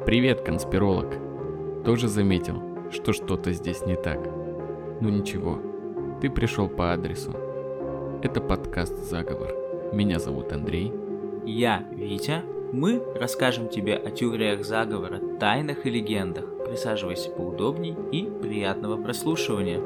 Привет, конспиролог. Тоже заметил, что что-то здесь не так. Ну ничего, ты пришел по адресу. Это подкаст «Заговор». Меня зовут Андрей. Я Витя. Мы расскажем тебе о теориях заговора, тайнах и легендах. Присаживайся поудобней и приятного прослушивания.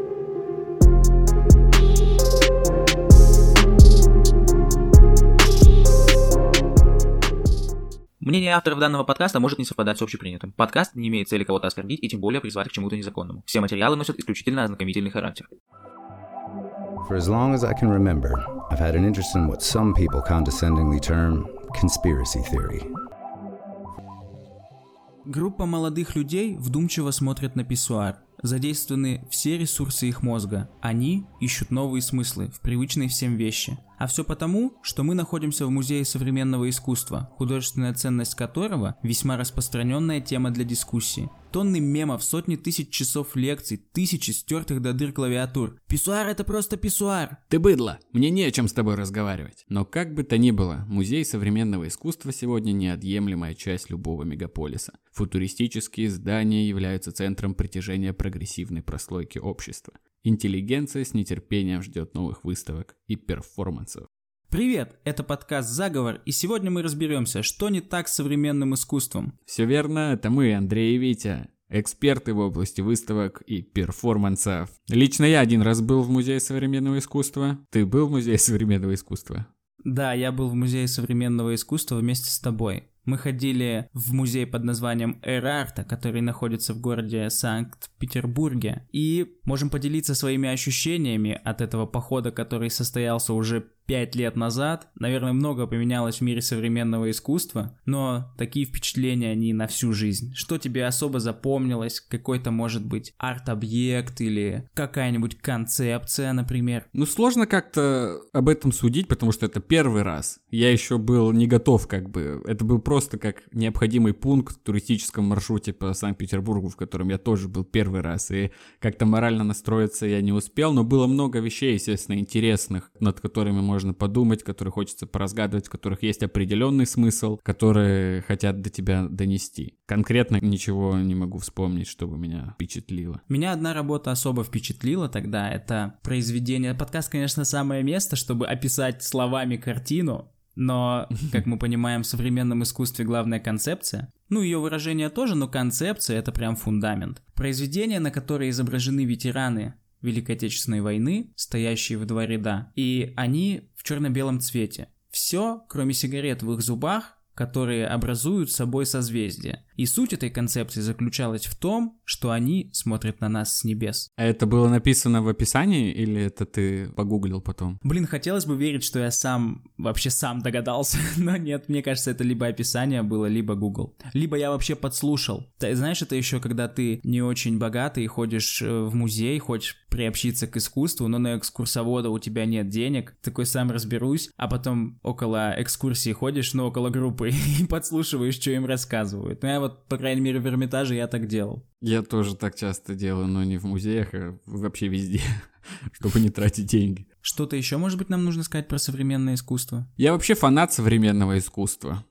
Мнение авторов данного подкаста может не совпадать с общепринятым. Подкаст не имеет цели кого-то оскорбить и тем более призвать к чему-то незаконному. Все материалы носят исключительно ознакомительный характер. For as long as I can remember, I've had an interest in what some people condescendingly term conspiracy theory. Группа молодых людей вдумчиво смотрят на писсуар. Задействованы все ресурсы их мозга. Они ищут новые смыслы в привычной всем вещи. А все потому, что мы находимся в Музее современного искусства, художественная ценность которого весьма распространенная тема для дискуссии. Тонны мемов, сотни тысяч часов лекций, тысячи стертых до дыр клавиатур. Писсуар — это просто писсуар. Ты быдло, мне не о чем с тобой разговаривать. Но как бы то ни было, Музей современного искусства сегодня неотъемлемая часть любого мегаполиса. Футуристические здания являются центром притяжения прогрессивной прослойки общества. Интеллигенция с нетерпением ждет новых выставок и перформансов. Привет, это подкаст «Заговор», и сегодня мы разберемся, что не так с современным искусством. Все верно, это мы, Андрей и Витя, эксперты в области выставок и перформансов. Лично я один раз был в Музее современного искусства. Ты был в Музее современного искусства? Да, я был в Музее современного искусства вместе с тобой. Мы ходили в музей под названием Эр-Арта, который находится в городе Санкт-Петербурге, и можем поделиться своими ощущениями от этого похода, который состоялся уже 5 лет назад. Наверное, много поменялось в мире современного искусства, но такие впечатления, они на всю жизнь. Что тебе особо запомнилось? Какой-то, может быть, арт-объект или какая-нибудь концепция, например? Ну, сложно как-то об этом судить, потому что это первый раз. Я еще был не готов, это был просто как необходимый пункт в туристическом маршруте по Санкт-Петербургу, в котором я тоже был первый раз, и как-то морально настроиться я не успел, но было много вещей, естественно, интересных, над которыми можно подумать, которые хочется поразгадывать, в которых есть определенный смысл, которые хотят до тебя донести. Конкретно ничего не могу вспомнить, чтобы меня впечатлило. Меня одна работа особо впечатлила тогда, это произведение. Подкаст, конечно, самое место, чтобы описать словами картину, но, как мы понимаем, в современном искусстве главная концепция. Ну, ее выражение тоже, но концепция — это прям фундамент. Произведение, на которое изображены ветераны Великой Отечественной войны, стоящие в два ряда, и они в черно-белом цвете. Все, кроме сигарет в их зубах, которые образуют собой созвездие. И суть этой концепции заключалась в том, что они смотрят на нас с небес. А это было написано в описании, или это ты погуглил потом? Хотелось бы верить, что я сам догадался, но нет, мне кажется, это либо описание было, либо Google. Либо я вообще подслушал. Ты знаешь, это еще когда ты не очень богатый, ходишь в музей, хочешь приобщиться к искусству, но на экскурсовода у тебя нет денег, такой сам разберусь, а потом около экскурсии ходишь, около группы и подслушиваешь, что им рассказывают. Ну, я вот, по крайней мере, в Эрмитаже я так делал. Я тоже так часто делаю, но не в музеях, а вообще везде, чтобы не тратить деньги. Что-то еще, может быть, нам нужно сказать про современное искусство? Я вообще фанат современного искусства.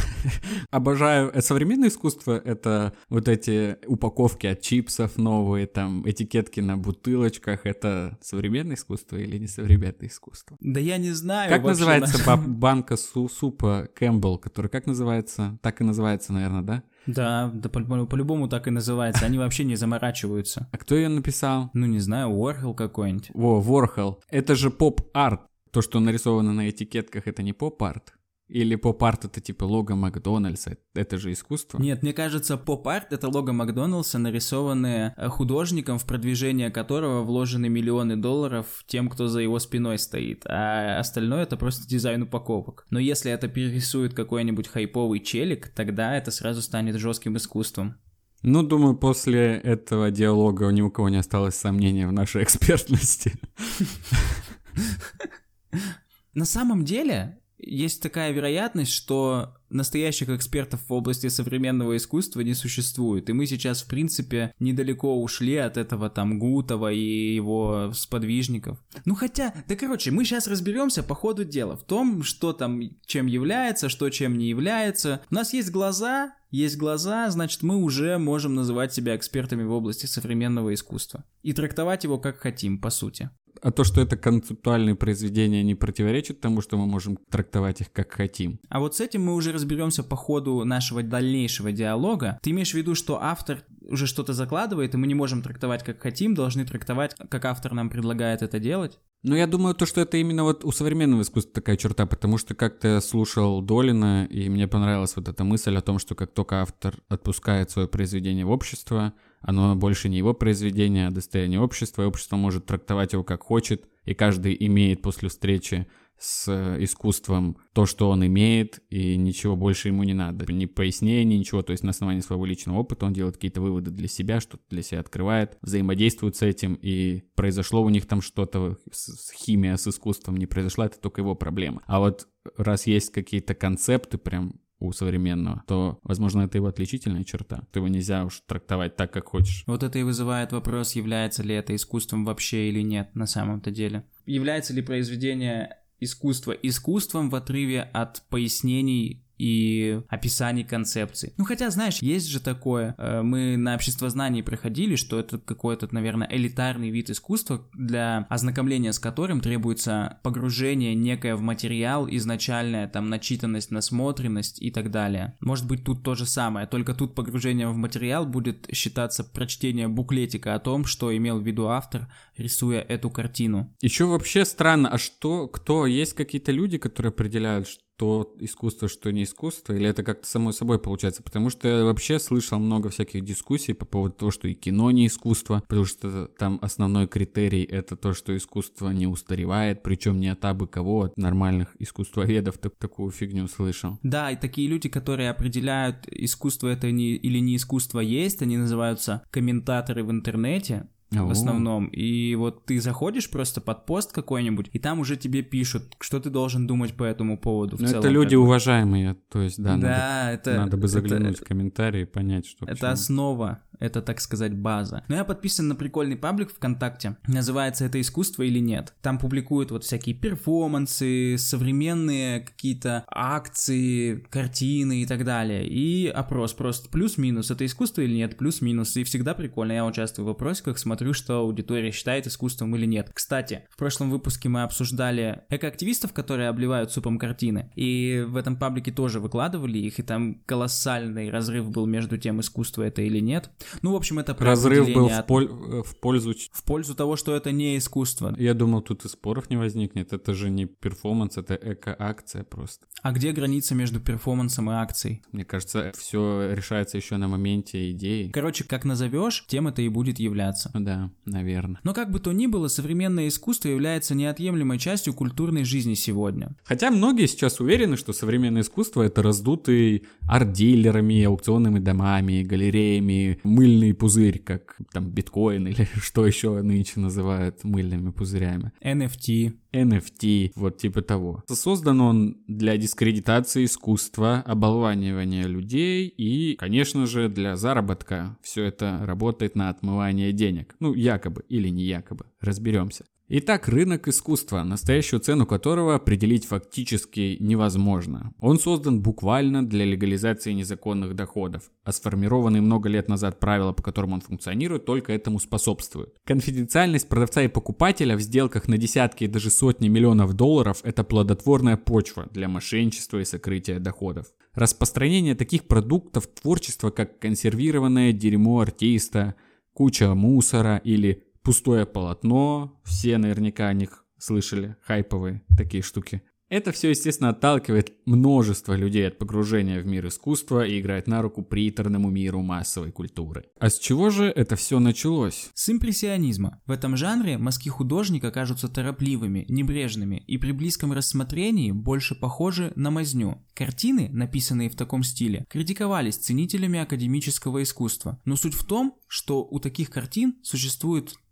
Обожаю. Современное искусство — это вот эти упаковки от чипсов новые, там этикетки на бутылочках. Это современное искусство или не современное искусство? Да я не знаю. Как называется банка супа Кэмпбелл, который как называется? Так и называется, наверное, да? Да, по-любому так и называется. Они вообще не заморачиваются. А кто ее написал? Ну, не знаю, Уорхол какой-нибудь. Ворхол. Это же поп-арт. То, что нарисовано на этикетках, это не поп-арт? Или поп-арт — это типа лого Макдональдса, это же искусство? Нет, мне кажется, поп-арт — это лого Макдональдса, нарисованное художником, в продвижение которого вложены миллионы долларов тем, кто за его спиной стоит, а остальное — это просто дизайн упаковок. Но если это перерисует какой-нибудь хайповый челик, тогда это сразу станет жестким искусством. Ну, думаю, после этого диалога ни у кого не осталось сомнения в нашей экспертности. На самом деле... есть такая вероятность, что настоящих экспертов в области современного искусства не существует. И мы сейчас, в принципе, недалеко ушли от этого там Гутова и его сподвижников. Ну хотя, мы сейчас разберемся по ходу дела в том, что там чем является, что чем не является. У нас есть глаза, значит, мы уже можем называть себя экспертами в области современного искусства. И трактовать его как хотим, по сути. А то, что это концептуальные произведения, не противоречит тому, что мы можем трактовать их как хотим. А вот с этим мы уже разберемся по ходу нашего дальнейшего диалога. Ты имеешь в виду, что автор уже что-то закладывает, и мы не можем трактовать как хотим, должны трактовать, как автор нам предлагает это делать? Ну, я думаю, что это именно вот у современного искусства такая черта, потому что как-то я слушал Долина, и мне понравилась вот эта мысль о том, что как только автор отпускает свое произведение в общество, оно больше не его произведение, а достояние общества, и общество может трактовать его как хочет, и каждый имеет после встречи с искусством то, что он имеет, и ничего больше ему не надо. Ни пояснений, ничего, то есть на основании своего личного опыта он делает какие-то выводы для себя, что-то для себя открывает, взаимодействует с этим, и произошло у них там что-то, химия с искусством не произошла, это только его проблема. А вот раз есть какие-то концепты прям у современного, то, возможно, это его отличительная черта. Его нельзя уж трактовать так, как хочешь. Вот это и вызывает вопрос, является ли это искусством вообще или нет на самом-то деле. Является ли произведение искусства искусством в отрыве от пояснений и описаний концепций. Ну, хотя, знаешь, есть же такое, мы на обществознании проходили, что это какой-то, наверное, элитарный вид искусства, для ознакомления с которым требуется погружение некое в материал, изначальная там начитанность, насмотренность и так далее. Может быть, тут то же самое, только тут погружение в материал будет считаться прочтение буклетика о том, что имел в виду автор, рисуя эту картину. Еще вообще странно, а есть какие-то люди, которые определяют, что искусство, что не искусство, или это как-то само собой получается? Потому что я вообще слышал много всяких дискуссий по поводу того, что и кино не искусство, потому что там основной критерий — это то, что искусство не устаревает, причем не от абы кого, от нормальных искусствоведов такую фигню слышал. Да, и такие люди, которые определяют, искусство это или не искусство есть, они называются комментаторы в интернете, в основном. И вот ты заходишь просто под пост какой-нибудь, и там уже тебе пишут, что ты должен думать по этому поводу в целом. Это люди уважаемые, то есть, да, это, надо бы заглянуть в комментарии и понять, что... Это основа, это, так сказать, база. Но я подписан на прикольный паблик ВКонтакте, называется «Это искусство или нет?». Там публикуют вот всякие перформансы, современные какие-то акции, картины и так далее. И опрос просто плюс-минус, это искусство или нет, плюс-минус. И всегда прикольно, я участвую в опросиках, смотрю, что аудитория считает искусством или нет. Кстати, в прошлом выпуске мы обсуждали экоактивистов, которые обливают супом картины, и в этом паблике тоже выкладывали их, и там колоссальный разрыв был между тем, искусство это или нет. Ну, в общем, это разрыв был в пользу... В пользу того, что это не искусство. Я думал, тут и споров не возникнет, это же не перформанс, это эко-акция просто. А где граница между перформансом и акцией? Мне кажется, все решается еще на моменте идеи. Короче, как назовешь, тем это и будет являться. Да, наверное. Но как бы то ни было, современное искусство является неотъемлемой частью культурной жизни сегодня. Хотя многие сейчас уверены, что современное искусство — это раздутый арт-дилерами, аукционными домами, галереями, мыльный пузырь, как там биткоин или что еще нынче называют мыльными пузырями. NFT, вот типа того. Создан он для дискредитации искусства, оболванивания людей и, конечно же, для заработка. Все это работает на отмывание денег. Ну, якобы или не якобы. Разберемся. Итак, рынок искусства, настоящую цену которого определить фактически невозможно. Он создан буквально для легализации незаконных доходов, а сформированные много лет назад правила, по которым он функционирует, только этому способствуют. Конфиденциальность продавца и покупателя в сделках на десятки и даже сотни миллионов долларов – это плодотворная почва для мошенничества и сокрытия доходов. Распространение таких продуктов творчества, как консервированное дерьмо артиста, куча мусора или пустое полотно, все наверняка о них слышали, хайповые такие штуки. Это все, естественно, отталкивает множество людей от погружения в мир искусства и играет на руку приторному миру массовой культуры. А с чего же это все началось? С импрессионизма. В этом жанре мазки художника кажутся торопливыми, небрежными и при близком рассмотрении больше похожи на мазню. Картины, написанные в таком стиле, критиковались ценителями академического искусства. Но суть в том, что у таких картин существует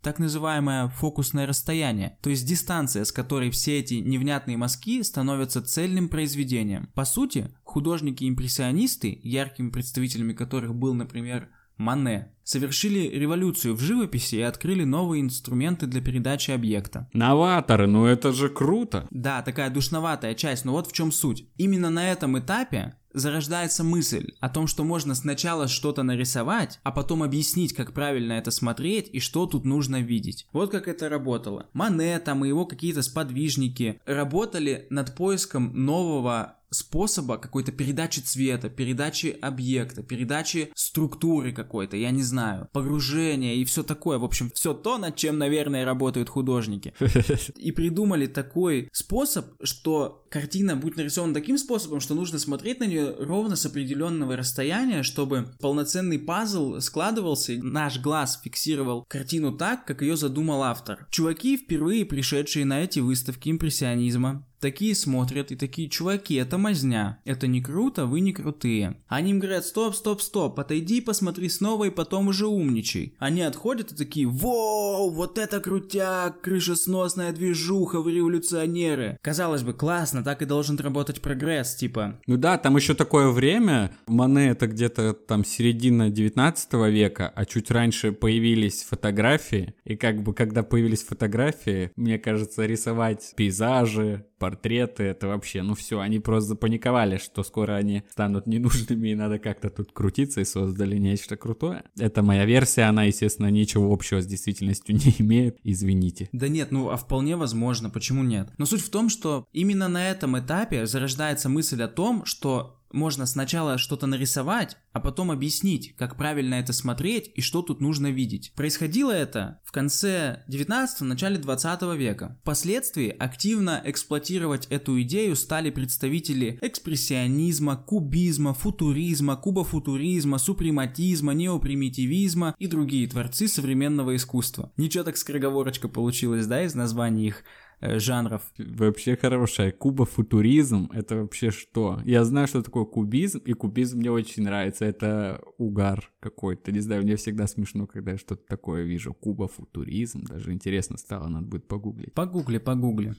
так называемое фокусное расстояние, то есть дистанция, с которой все эти невнятные мазки становятся цельным произведением. По сути, художники-импрессионисты, яркими представителями которых был, например, Мане, совершили революцию в живописи и открыли новые инструменты для передачи объекта. Новаторы, ну это же круто. Да, такая душноватая часть, но вот в чем суть. Именно на этом этапе зарождается мысль о том, что можно сначала что-то нарисовать, а потом объяснить, как правильно это смотреть и что тут нужно видеть. Вот как это работало. Мане там и его какие-то сподвижники работали над поиском нового способа какой-то передачи цвета, передачи объекта, передачи структуры какой-то, я не знаю, погружения и все такое. В общем, все то, над чем, наверное, работают художники. И придумали такой способ, что картина будет нарисована таким способом, что нужно смотреть на нее ровно с определенного расстояния, чтобы полноценный пазл складывался, и наш глаз фиксировал картину так, как ее задумал автор. Чуваки, впервые пришедшие на эти выставки импрессионизма, такие смотрят и такие: чуваки, это мазня, это не круто, вы не крутые. Они им говорят: стоп, отойди, посмотри снова и потом уже умничай. Они отходят и такие: воу, вот это крутяк, крышесносная движуха, вы революционеры. Казалось бы, классно, так и должен работать прогресс, типа. Ну да, там еще такое время, Мане это где-то там середина 19 века, а чуть раньше появились фотографии, и как бы когда появились фотографии, мне кажется, рисовать пейзажи, портреты, это вообще, ну все, они просто запаниковали, что скоро они станут ненужными и надо как-то тут крутиться, и создали нечто крутое. Это моя версия, она, естественно, ничего общего с действительностью не имеет, извините. Да нет, ну а вполне возможно, почему нет? Но суть в том, что именно на этом этапе зарождается мысль о том, что можно сначала что-то нарисовать, а потом объяснить, как правильно это смотреть и что тут нужно видеть. Происходило это в конце 19-го, начале 20 века. Впоследствии активно эксплуатировать эту идею стали представители экспрессионизма, кубизма, футуризма, кубофутуризма, супрематизма, неопримитивизма и другие творцы современного искусства. Ничего так скороговорочка получилась, да, из названий их жанров. Вообще хорошая. Кубофутуризм — это вообще что? Я знаю, что такое кубизм, и кубизм мне очень нравится. Это угар какой-то. Не знаю, мне всегда смешно, когда я что-то такое вижу. Кубофутуризм. Даже интересно стало, надо будет погуглить. Погугли. В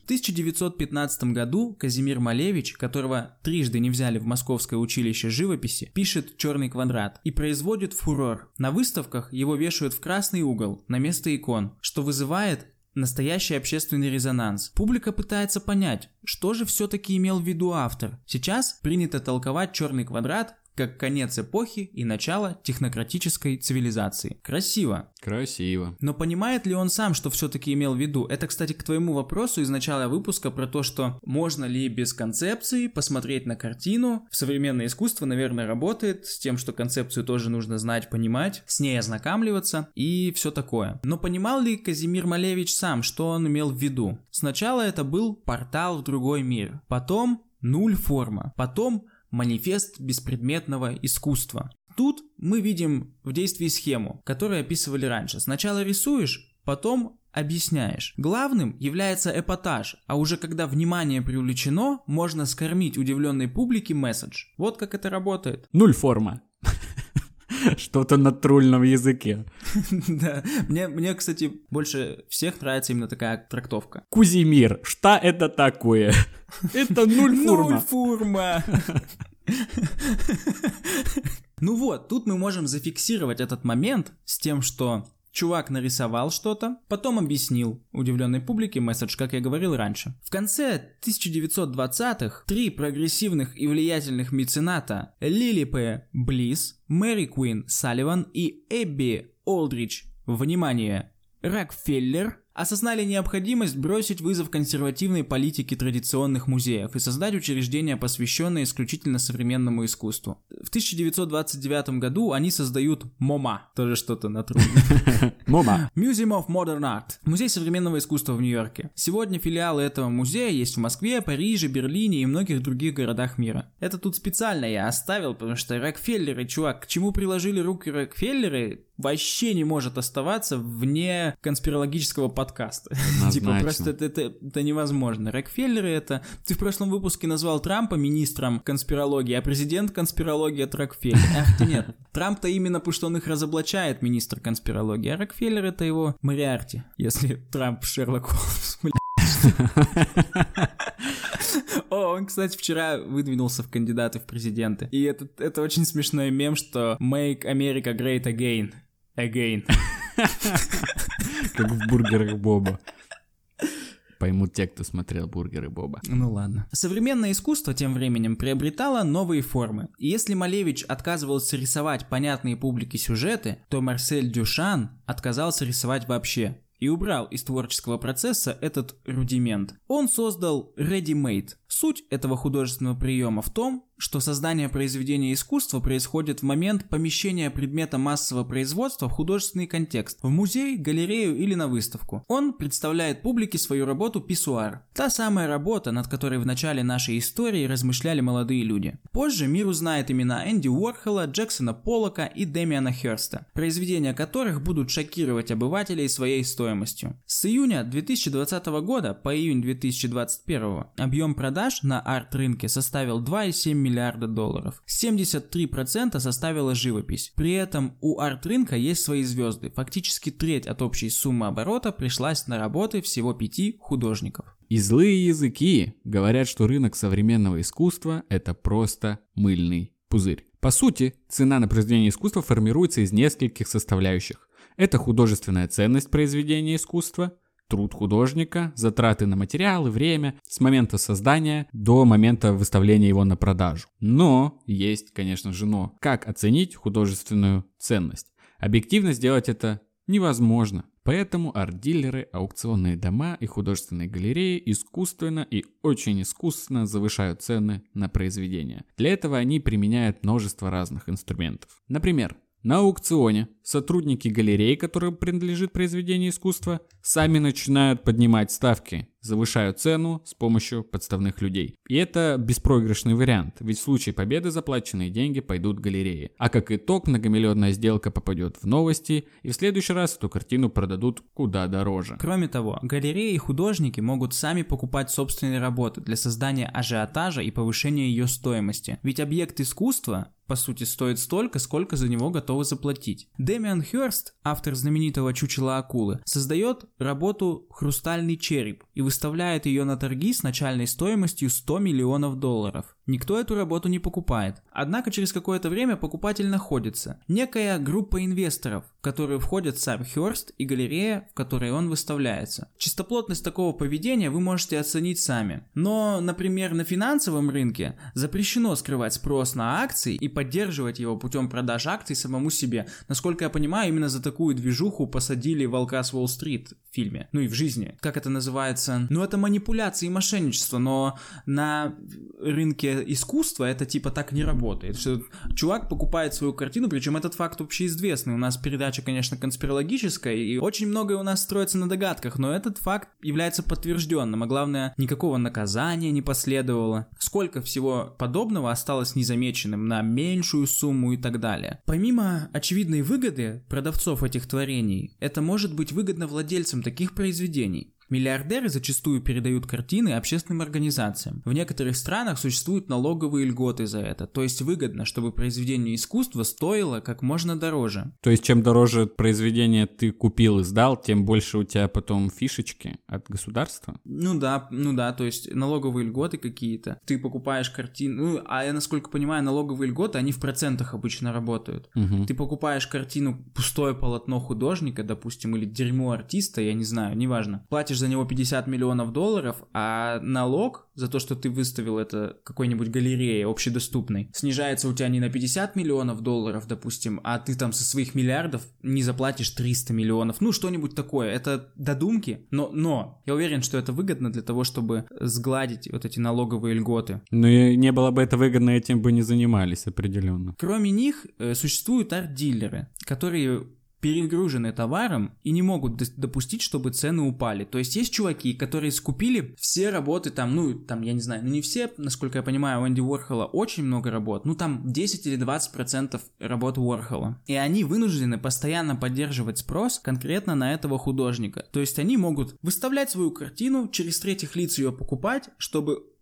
1915 году Казимир Малевич, которого трижды не взяли в Московское училище живописи, пишет «Черный квадрат» и производит фурор. На выставках его вешают в красный угол, на место икон, что вызывает настоящий общественный резонанс. Публика пытается понять, что же все-таки имел в виду автор. Сейчас принято толковать «Черный квадрат» как конец эпохи и начало технократической цивилизации. Красиво. Но понимает ли он сам, что все-таки имел в виду? Это, кстати, к твоему вопросу из начала выпуска про то, что можно ли без концепции посмотреть на картину. Современное искусство, наверное, работает с тем, что концепцию тоже нужно знать, понимать, с ней ознакомливаться и все такое. Но понимал ли Казимир Малевич сам, что он имел в виду? Сначала это был портал в другой мир, потом нуль-форма, потом манифест беспредметного искусства. Тут мы видим в действии схему, которую описывали раньше. Сначала рисуешь, потом объясняешь. Главным является эпатаж, а уже когда внимание привлечено, можно скормить удивленной публике месседж. Вот как это работает. Нуль-форма. Что-то на трульном языке. Да, мне, кстати, больше всех нравится именно такая трактовка. Кузимир, что это такое? Это нуль-форма. Нуль-форма. Ну вот, тут мы можем зафиксировать этот момент с тем, что чувак нарисовал что-то, потом объяснил удивленной публике месседж, как я говорил раньше. В конце 1920-х 3 прогрессивных и влиятельных мецената Лили П. Блисс, Мэри Куин Салливан и Эбби Олдридж, внимание, Рокфеллер, осознали необходимость бросить вызов консервативной политике традиционных музеев и создать учреждения, посвященные исключительно современному искусству. В 1929 году они создают МОМА, тоже что-то на трудно. МОМА. Museum of Modern Art, музей современного искусства в Нью-Йорке. Сегодня филиалы этого музея есть в Москве, Париже, Берлине и многих других городах мира. Это тут специально я оставил, потому что Рокфеллеры, чувак, к чему приложили руки Рокфеллеры, вообще не может оставаться вне конспирологического подкаста. Типа просто это невозможно. Рокфеллеры это... Ты в прошлом выпуске назвал Трампа министром конспирологии, а президент конспирологии конспирологии от Рокфеллера. Хотя нет, Трамп-то именно потому, что он их разоблачает, министр конспирологии, а Рокфеллер это его Мориарти, если Трамп Шерлок Холмс, О, он, кстати, вчера выдвинулся в кандидаты в президенты. И это очень смешной мем, что «Make America Great Again». Again. Как в «Бургерах Боба». Поймут те, кто смотрел «Бургеры Боба». Ну ладно. Современное искусство тем временем приобретало новые формы. И если Малевич отказывался рисовать понятные публике сюжеты, то Марсель Дюшан отказался рисовать вообще. И убрал из творческого процесса этот рудимент. Он создал ready-made. Суть этого художественного приема в том, что создание произведения искусства происходит в момент помещения предмета массового производства в художественный контекст, в музей, галерею или на выставку. Он представляет публике свою работу писсуар. Та самая работа, над которой в начале нашей истории размышляли молодые люди. Позже мир узнает имена Энди Уорхола, Джексона Поллока и Дэмиана Хёрста, произведения которых будут шокировать обывателей своей стоимостью. С июня 2020 года по июнь 2021 объем продаж на арт-рынке составил 2,7 миллиарда долларов. 73% составила живопись. При этом у арт-рынка есть свои звезды. Фактически треть от общей суммы оборота пришлась на работы всего 5 художников. И злые языки говорят, что рынок современного искусства – это просто мыльный пузырь. По сути, цена на произведение искусства формируется из нескольких составляющих. Это художественная ценность произведения искусства, труд художника, затраты на материалы, время, с момента создания до момента выставления его на продажу. Но есть, конечно же, но. Как оценить художественную ценность? Объективно сделать это невозможно. Поэтому арт-дилеры, аукционные дома и художественные галереи искусственно и очень искусно завышают цены на произведения. Для этого они применяют множество разных инструментов. Например, на аукционе сотрудники галереи, которым принадлежит произведение искусства, сами начинают поднимать ставки, завышают цену с помощью подставных людей. И это беспроигрышный вариант, ведь в случае победы заплаченные деньги пойдут галерее. А как итог, многомиллионная сделка попадет в новости, и в следующий раз эту картину продадут куда дороже. Кроме того, галереи и художники могут сами покупать собственные работы для создания ажиотажа и повышения ее стоимости. Ведь объект искусства, по сути, стоит столько, сколько за него готовы заплатить. Дэмиан Хёрст, автор знаменитого «Чучела акулы», создает работу «Хрустальный череп» и выставляет ее на торги с начальной стоимостью $100 миллионов. Никто эту работу не покупает. Однако через какое-то время покупатель находится. Некая группа инвесторов, в которую входят сам Хёрст и галерея, в которой он выставляется. Чистоплотность такого поведения вы можете оценить сами. Но, например, на финансовом рынке запрещено скрывать спрос на акции и поддерживать его путем продаж акций самому себе. Насколько я понимаю, именно за такую движуху посадили волка с Уолл-стрит в фильме. Ну и в жизни. Как это называется? Ну это манипуляция и мошенничество, но на рынке искусства это типа так не работает. Что чувак покупает свою картину, причем этот факт общеизвестный. У нас передача, конечно, конспирологическая, и очень многое у нас строится на догадках, но этот факт является подтвержденным, а главное, никакого наказания не последовало. Сколько всего подобного осталось незамеченным на меньшую сумму и так далее. Помимо очевидной выгоды продавцов этих творений, это может быть выгодно владельцам таких произведений. Миллиардеры зачастую передают картины общественным организациям. В некоторых странах существуют налоговые льготы за это, то есть выгодно, чтобы произведение искусства стоило как можно дороже. То есть чем дороже произведение ты купил и сдал, тем больше у тебя потом фишечки от государства? Ну да, то есть налоговые льготы какие-то. Ты покупаешь картину, а я насколько понимаю, налоговые льготы, они в процентах обычно работают. Ты покупаешь картину, пустое полотно художника, допустим, или дерьмо артиста, я не знаю, неважно. Платишь за него $50 миллионов, а налог за то, что ты выставил это какой-нибудь галерее общедоступной, снижается у тебя не на $50 миллионов, допустим, а ты там со своих миллиардов не заплатишь 300 миллионов, ну что-нибудь такое. Это додумки, но я уверен, что это выгодно для того, чтобы сгладить вот эти налоговые льготы. Ну и не было бы это выгодно, этим бы не занимались определенно. Кроме них существуют арт-дилеры, которые перегружены товаром и не могут допустить, чтобы цены упали. То есть есть чуваки, которые скупили все работы я не знаю, не все, насколько я понимаю, у Энди Уорхола очень много работ, там 10 или 20% работ Уорхола. И они вынуждены постоянно поддерживать спрос конкретно на этого художника. То есть они могут выставлять свою картину, через третьих лиц ее покупать, чтобы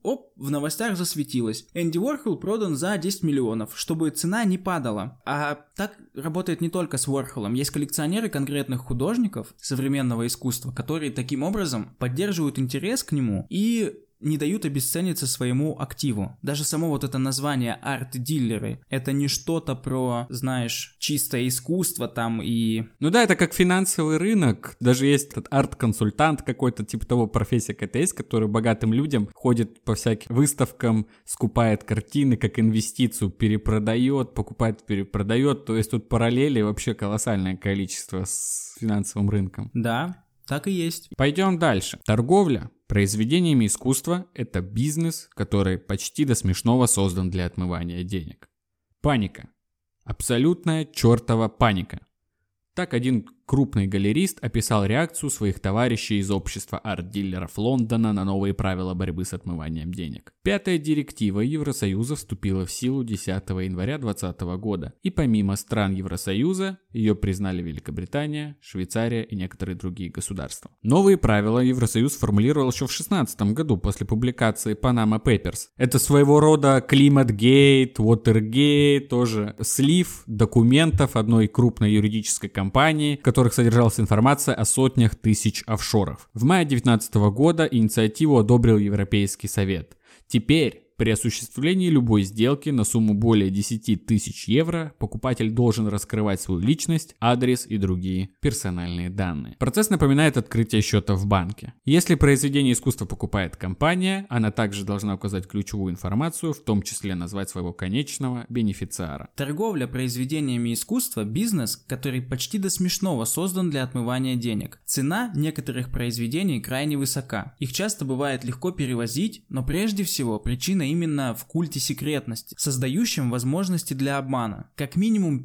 в новостях засветилось. Энди Уорхол продан за 10 миллионов, чтобы цена не падала. А так работает не только с Уорхолом. Есть коллекционеры конкретных художников современного искусства, которые таким образом поддерживают интерес к нему и не дают обесцениться своему активу. Даже само вот это название арт-дилеры, это не что-то про, знаешь, чистое искусство там и... Ну да, это как финансовый рынок. Даже есть этот арт-консультант какой-то, типа того, профессия какая-то есть, который богатым людям ходит по всяким выставкам, скупает картины, как инвестицию, перепродает, покупает, перепродает. То есть тут параллели вообще колоссальное количество с финансовым рынком. Да, так и есть. Пойдем дальше. Торговля произведениями искусства – это бизнес, который почти до смешного создан для отмывания денег. Паника. Абсолютная чертова паника. Так один крупный галерист описал реакцию своих товарищей из общества арт-дилеров Лондона на новые правила борьбы с отмыванием денег. 5-я директива Евросоюза вступила в силу 10 января 2020 года, и помимо стран Евросоюза ее признали Великобритания, Швейцария и некоторые другие государства. Новые правила Евросоюз формулировал еще в 2016 году после публикации Panama Papers. Это своего рода климат-гейт, Watergate, тоже слив документов одной крупной юридической компании, в которых содержалась информация о сотнях тысяч офшоров. В мае 2019 года инициативу одобрил Европейский совет. Теперь при осуществлении любой сделки на сумму более 10 тысяч евро покупатель должен раскрывать свою личность, адрес и другие персональные данные. Процесс напоминает открытие счета в банке. Если произведение искусства покупает компания, она также должна указать ключевую информацию, в том числе назвать своего конечного бенефициара. Торговля произведениями искусства – бизнес, который почти до смешного создан для отмывания денег. Цена некоторых произведений крайне высока. Их часто бывает легко перевозить, но прежде всего причина именно в культе секретности, создающем возможности для обмана. Как минимум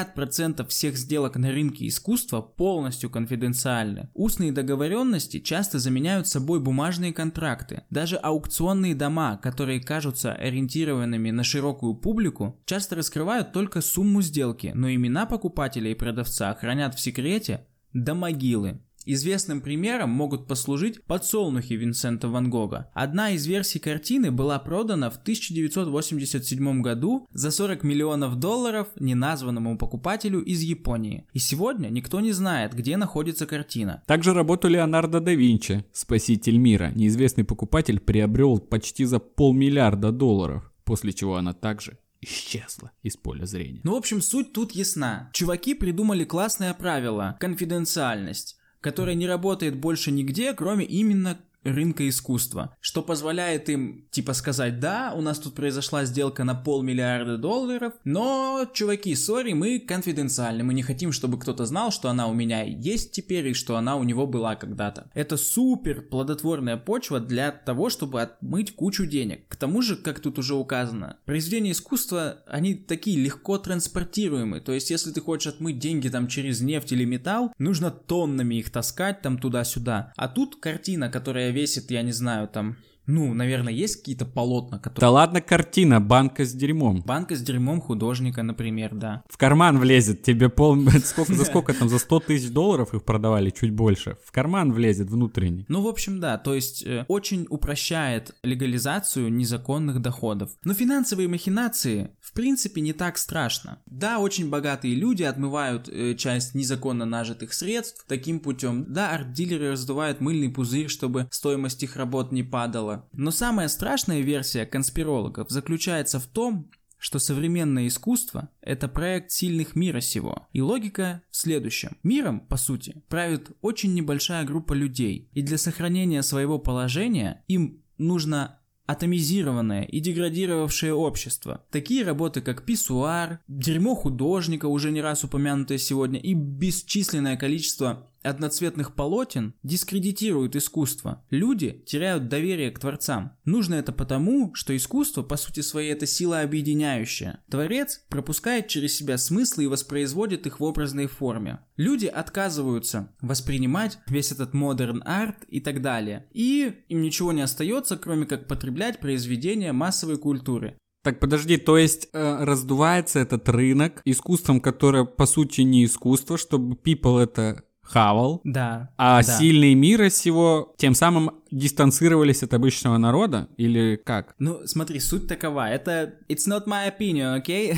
50% всех сделок на рынке искусства полностью конфиденциальны. Устные договоренности часто заменяют собой бумажные контракты. Даже аукционные дома, которые кажутся ориентированными на широкую публику, часто раскрывают только сумму сделки, но имена покупателя и продавца хранят в секрете до могилы. Известным примером могут послужить подсолнухи Винсента Ван Гога. Одна из версий картины была продана в 1987 году за $40 миллионов неназванному покупателю из Японии. И сегодня никто не знает, где находится картина. Также работу Леонардо да Винчи, спаситель мира. Неизвестный покупатель приобрел почти за $500 миллиарда, после чего она также исчезла из поля зрения. Ну, в общем, суть тут ясна. Чуваки придумали классное правило – конфиденциальность, которая не работает больше нигде, кроме именно рынка искусства, что позволяет им типа сказать: да, у нас тут произошла сделка на $500 миллиарда, но, чуваки, сори, мы конфиденциальны, мы не хотим, чтобы кто-то знал, что она у меня есть теперь и что она у него была когда-то. Это супер плодотворная почва для того, чтобы отмыть кучу денег. К тому же, как тут уже указано, произведения искусства, они такие легко транспортируемые, то есть если ты хочешь отмыть деньги там через нефть или металл, нужно тоннами их таскать там туда-сюда. А тут картина, которая весит, я не знаю, там, ну, наверное, есть какие-то полотна, которые... Да ладно, картина, банка с дерьмом. Банка с дерьмом художника, например, да. В карман влезет, тебе за сколько там, за $100 тысяч их продавали, чуть больше. В карман влезет внутренний. Ну, в общем, да, то есть очень упрощает легализацию незаконных доходов. Но финансовые махинации, в принципе, не так страшно. Да, очень богатые люди отмывают часть незаконно нажитых средств таким путем. Да, арт-дилеры раздувают мыльный пузырь, чтобы стоимость их работ не падала. Но самая страшная версия конспирологов заключается в том, что современное искусство – это проект сильных мира сего. И логика в следующем. Миром, по сути, правит очень небольшая группа людей. И для сохранения своего положения им нужно атомизированное и деградировавшее общество. Такие работы, как «Писсуар», «Дерьмо художника», уже не раз упомянутое сегодня, и бесчисленное количество одноцветных полотен дискредитируют искусство. Люди теряют доверие к творцам. Нужно это потому, что искусство, по сути своей, это сила объединяющая. Творец пропускает через себя смыслы и воспроизводит их в образной форме. Люди отказываются воспринимать весь этот modern art и так далее. И им ничего не остается, кроме как потреблять произведения массовой культуры. Так, подожди, то есть раздувается этот рынок искусством, которое по сути не искусство, чтобы people это хавал, Да. а да. сильные мира сего тем самым дистанцировались от обычного народа? Или как? Ну, смотри, суть такова. Это it's not my opinion, окей?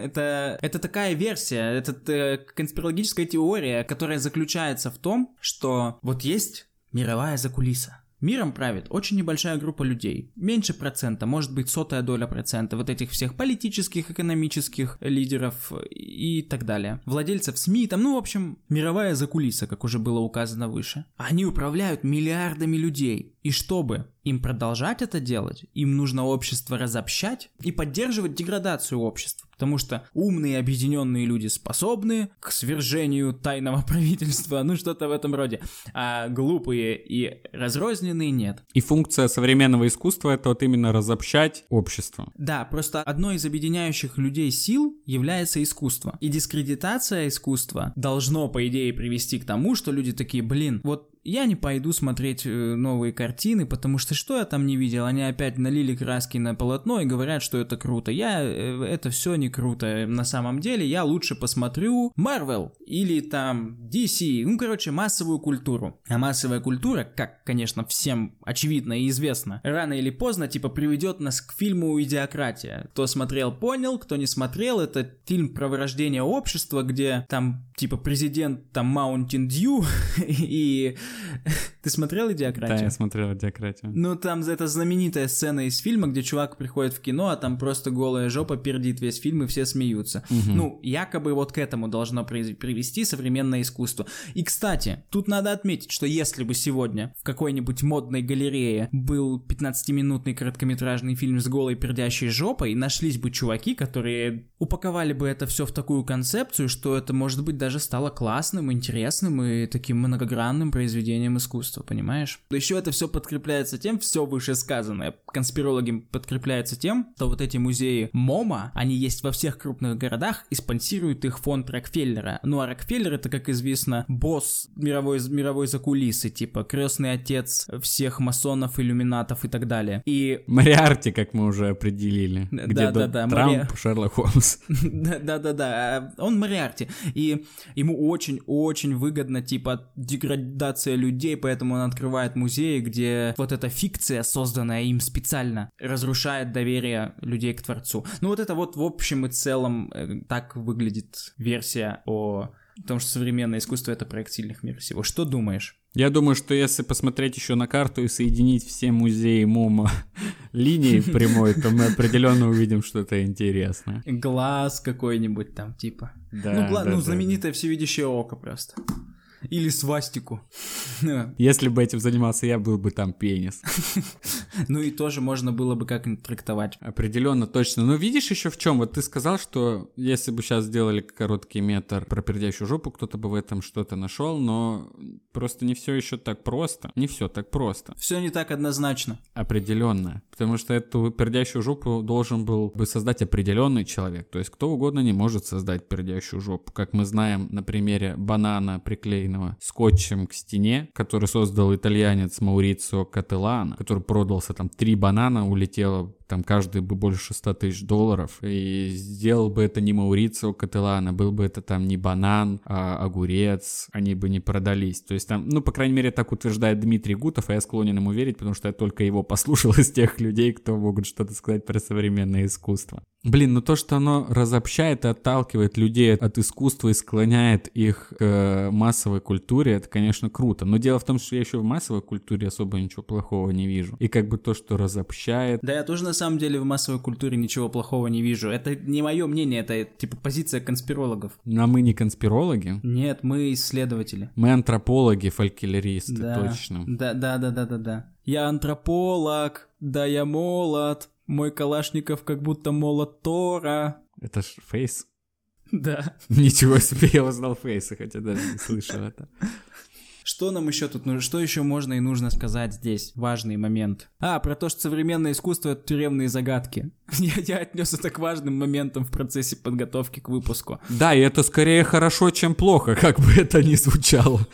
это такая версия, это конспирологическая теория, которая заключается в том, что вот есть мировая закулиса. Миром правит очень небольшая группа людей, меньше процента, может быть 0,01% вот этих всех политических, экономических лидеров и так далее. Владельцев СМИ, там, ну, в общем, мировая закулиса, как уже было указано выше. Они управляют миллиардами людей, и чтобы им продолжать это делать, им нужно общество разобщать и поддерживать деградацию общества. Потому что умные объединенные люди способны к свержению тайного правительства, ну что-то в этом роде, а глупые и разрозненные нет. И функция современного искусства — это вот именно разобщать общество. Да, просто одной из объединяющих людей сил является искусство. И дискредитация искусства должно, по идее, привести к тому, что люди такие, блин, вот я не пойду смотреть новые картины, потому что что я там не видел? Они опять налили краски на полотно и говорят, что это круто. Это все не круто. На самом деле я лучше посмотрю Marvel или там DC. Ну, короче, массовую культуру. А массовая культура, как, конечно, всем очевидно и известно, рано или поздно, типа, приведет нас к фильму «Идиократия». Кто смотрел, понял, кто не смотрел, это фильм про вырождение общества, где там, типа, президент там Mountain Dew и... Ты смотрел «Идиократию»? Да, я смотрел «Идиократию». Ну, там это знаменитая сцена из фильма, где чувак приходит в кино, а там просто голая жопа пердит весь фильм, и все смеются. Угу. Ну, якобы вот к этому должно привести современное искусство. И, кстати, тут надо отметить, что если бы сегодня в какой-нибудь модной галерее был 15-минутный короткометражный фильм с голой пердящей жопой, нашлись бы чуваки, которые упаковали бы это все в такую концепцию, что это, может быть, даже стало классным, интересным и таким многогранным произведением искусства, понимаешь? Еще это все подкрепляется тем, все вышесказанное, конспирологи подкрепляется тем, что вот эти музеи МОМА, они есть во всех крупных городах и спонсирует их фонд Рокфеллера. Ну а Рокфеллер — это, как известно, босс мировой закулисы, типа крестный отец всех масонов, иллюминатов и так далее. И... Мориарти, как мы уже определили. Где Трамп, Шерлок Холмс. Да-да-да, он Мориарти. И ему очень-очень выгодно, типа, деградация людей, поэтому он открывает музеи, где вот эта фикция, созданная им специально, разрушает доверие людей к Творцу. Ну вот это вот в общем и целом так выглядит версия о том, что современное искусство — это проект сильных мира сего. Что думаешь? Я думаю, что если посмотреть еще на карту и соединить все музеи МОМА линией прямой, то мы определенно увидим что-то интересное. Глаз какой-нибудь там, типа. Да, знаменитое всевидящее око просто. Или свастику. Если бы этим занимался я, был бы там пенис. Ну и тоже можно было бы как-нибудь трактовать. Определенно, точно. Но видишь еще в чем? Вот ты сказал, что если бы сейчас сделали короткий метр про пердящую жопу, кто-то бы в этом что-то нашел, но просто не все еще так просто. Не все так просто. Все не так однозначно. Определенно. Потому что эту пердящую жопу должен был бы создать определенный человек. То есть кто угодно не может создать пердящую жопу. Как мы знаем на примере банана, приклеенного скотчем к стене, который создал итальянец Маурицио Кателлано, который продался там 3 банана, улетело там каждый бы больше $100 000, и сделал бы это не Маурицио Кателлано, был бы это там не банан, а огурец, они бы не продались. То есть там, ну, по крайней мере, так утверждает Дмитрий Гутов, а я склонен ему верить, потому что я только его послушал из тех людей, кто могут что-то сказать про современное искусство. Блин, ну то, что оно разобщает и отталкивает людей от искусства и склоняет их к массовой культуре, это, конечно, круто. Но дело в том, что я еще в массовой культуре особо ничего плохого не вижу. И как бы то, что разобщает... Да, я тоже на самом деле в массовой культуре ничего плохого не вижу. Это не мое мнение, это типа позиция конспирологов. Но мы не конспирологи? Нет, мы исследователи. Мы антропологи, фольклористы, да. Точно. Да. Я антрополог, да я молод. Мой Калашников как будто молот Тора. Это ж Фейс? Да. Ничего себе, я узнал Фейса, хотя даже не слышал это. Что нам еще тут нужно? Что еще можно и нужно сказать здесь? Важный момент. Про то, что современное искусство — это тюремные загадки. Я отнес это к важным моментам в процессе подготовки к выпуску. Да, и это скорее хорошо, чем плохо, как бы это ни звучало.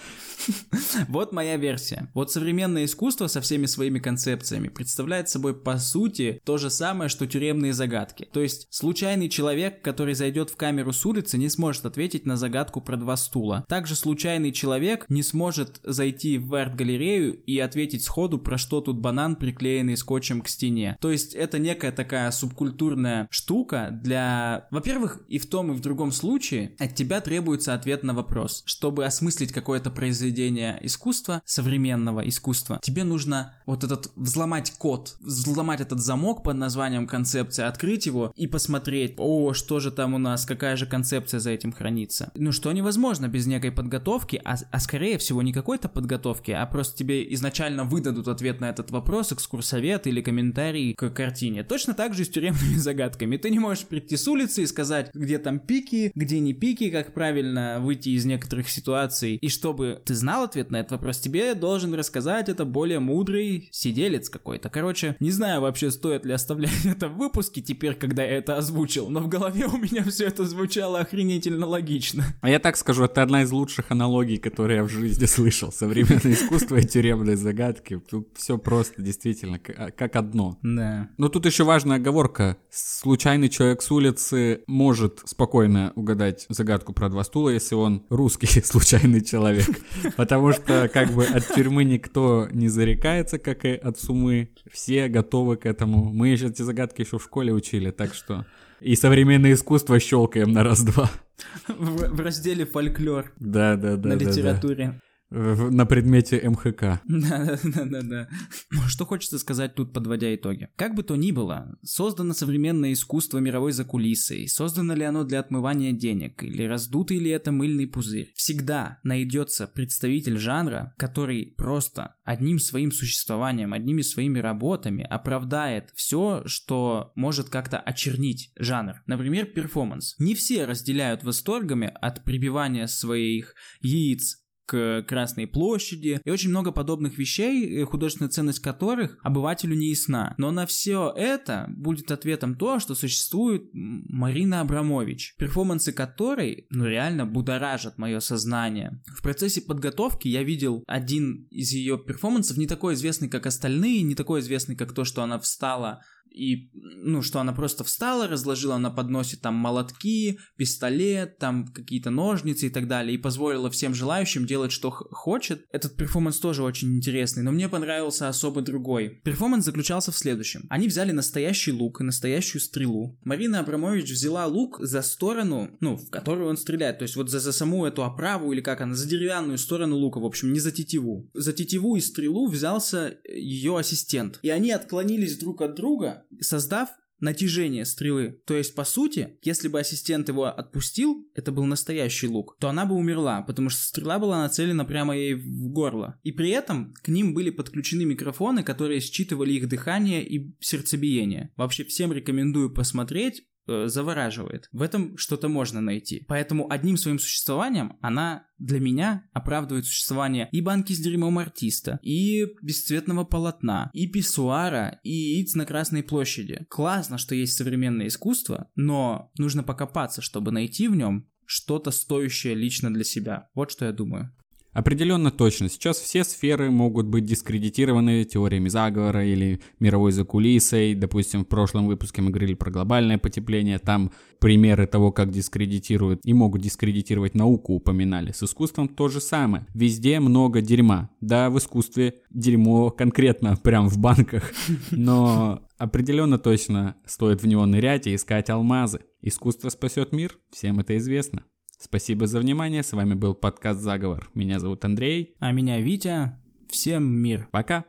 Вот моя версия. Вот современное искусство со всеми своими концепциями представляет собой, по сути, то же самое, что тюремные загадки. То есть случайный человек, который зайдет в камеру с улицы, не сможет ответить на загадку про 2 стула. Также случайный человек не сможет зайти в арт-галерею и ответить сходу, про что тут банан, приклеенный скотчем к стене. То есть это некая такая субкультурная штука для... Во-первых, и в том, и в другом случае от тебя требуется ответ на вопрос. Чтобы осмыслить какое-то произведение искусства, современного искусства, тебе нужно вот этот взломать код, взломать этот замок под названием концепция, открыть его и посмотреть, что же там у нас, какая же концепция за этим хранится. Ну, что невозможно без некой подготовки, а скорее всего не какой-то подготовки, а просто тебе изначально выдадут ответ на этот вопрос, экскурсовет или комментарий к картине. Точно так же и с тюремными загадками. Ты не можешь прийти с улицы и сказать, где там пики, где не пики, как правильно выйти из некоторых ситуаций. И чтобы ты знал ответ на этот вопрос, тебе должен рассказать это более мудрый сиделец какой-то. Короче, не знаю вообще, стоит ли оставлять это в выпуске теперь, когда я это озвучил, но в голове у меня все это звучало охренительно логично. А я так скажу, это одна из лучших аналогий, которые я в жизни слышал. Современное искусство и тюремные загадки. Тут все просто, действительно, как одно. Да. Но тут еще важная оговорка. Случайный человек с улицы может спокойно угадать загадку про 2 стула, если он русский случайный человек. Потому что как бы от тюрьмы никто не зарекается, как и от сумы. Все готовы к этому. Мы еще эти загадки еще в школе учили, так что... И современное искусство щелкаем на раз-два. В разделе «Фольклор». Да. На литературе. На предмете МХК. Да. Что хочется сказать тут, подводя итоги? Как бы то ни было, создано современное искусство мировой закулисой, создано ли оно для отмывания денег, или раздутый ли это мыльный пузырь, всегда найдется представитель жанра, который просто одним своим существованием, одними своими работами оправдает все, что может как-то очернить жанр. Например, перформанс. Не все разделяют восторгами от прибивания своих яиц к Красной площади, и очень много подобных вещей, художественная ценность которых обывателю не ясна. Но на все это будет ответом то, что существует Марина Абрамович, перформансы которой, реально будоражат мое сознание. В процессе подготовки я видел один из ее перформансов, не такой известный, как остальные, не такой известный, как то, что она встала и, что она просто встала, разложила на подносе там молотки, пистолет, там какие-то ножницы и так далее, и позволила всем желающим делать, что хочет. Этот перформанс тоже очень интересный, но мне понравился особо другой. Перформанс заключался в следующем. Они взяли настоящий лук и настоящую стрелу. Марина Абрамович взяла лук за сторону, в которую он стреляет, то есть вот за саму эту оправу, или как она, за деревянную сторону лука, в общем, не за тетиву. За тетиву и стрелу взялся ее ассистент. И они отклонились друг от друга, создав натяжение стрелы. То есть, по сути, если бы ассистент его отпустил, это был настоящий лук, то она бы умерла, потому что стрела была нацелена прямо ей в горло. И при этом к ним были подключены микрофоны, которые считывали их дыхание и сердцебиение. Вообще, всем рекомендую посмотреть. Завораживает. В этом что-то можно найти. Поэтому одним своим существованием она для меня оправдывает существование и банки с дерьмом артиста, и бесцветного полотна, и писсуара, и яиц на Красной площади. Классно, что есть современное искусство, но нужно покопаться, чтобы найти в нем что-то стоящее лично для себя. Вот что я думаю. Определенно точно. Сейчас все сферы могут быть дискредитированы теориями заговора или мировой закулисой. Допустим, в прошлом выпуске мы говорили про глобальное потепление. Там примеры того, как дискредитируют и могут дискредитировать науку, упоминали. С искусством то же самое. Везде много дерьма. Да, в искусстве дерьмо конкретно прям в банках. Но определенно точно стоит в него нырять и искать алмазы. Искусство спасет мир. Всем это известно. Спасибо за внимание, с вами был подкаст «Заговор». Меня зовут Андрей. А меня Витя. Всем мир. Пока.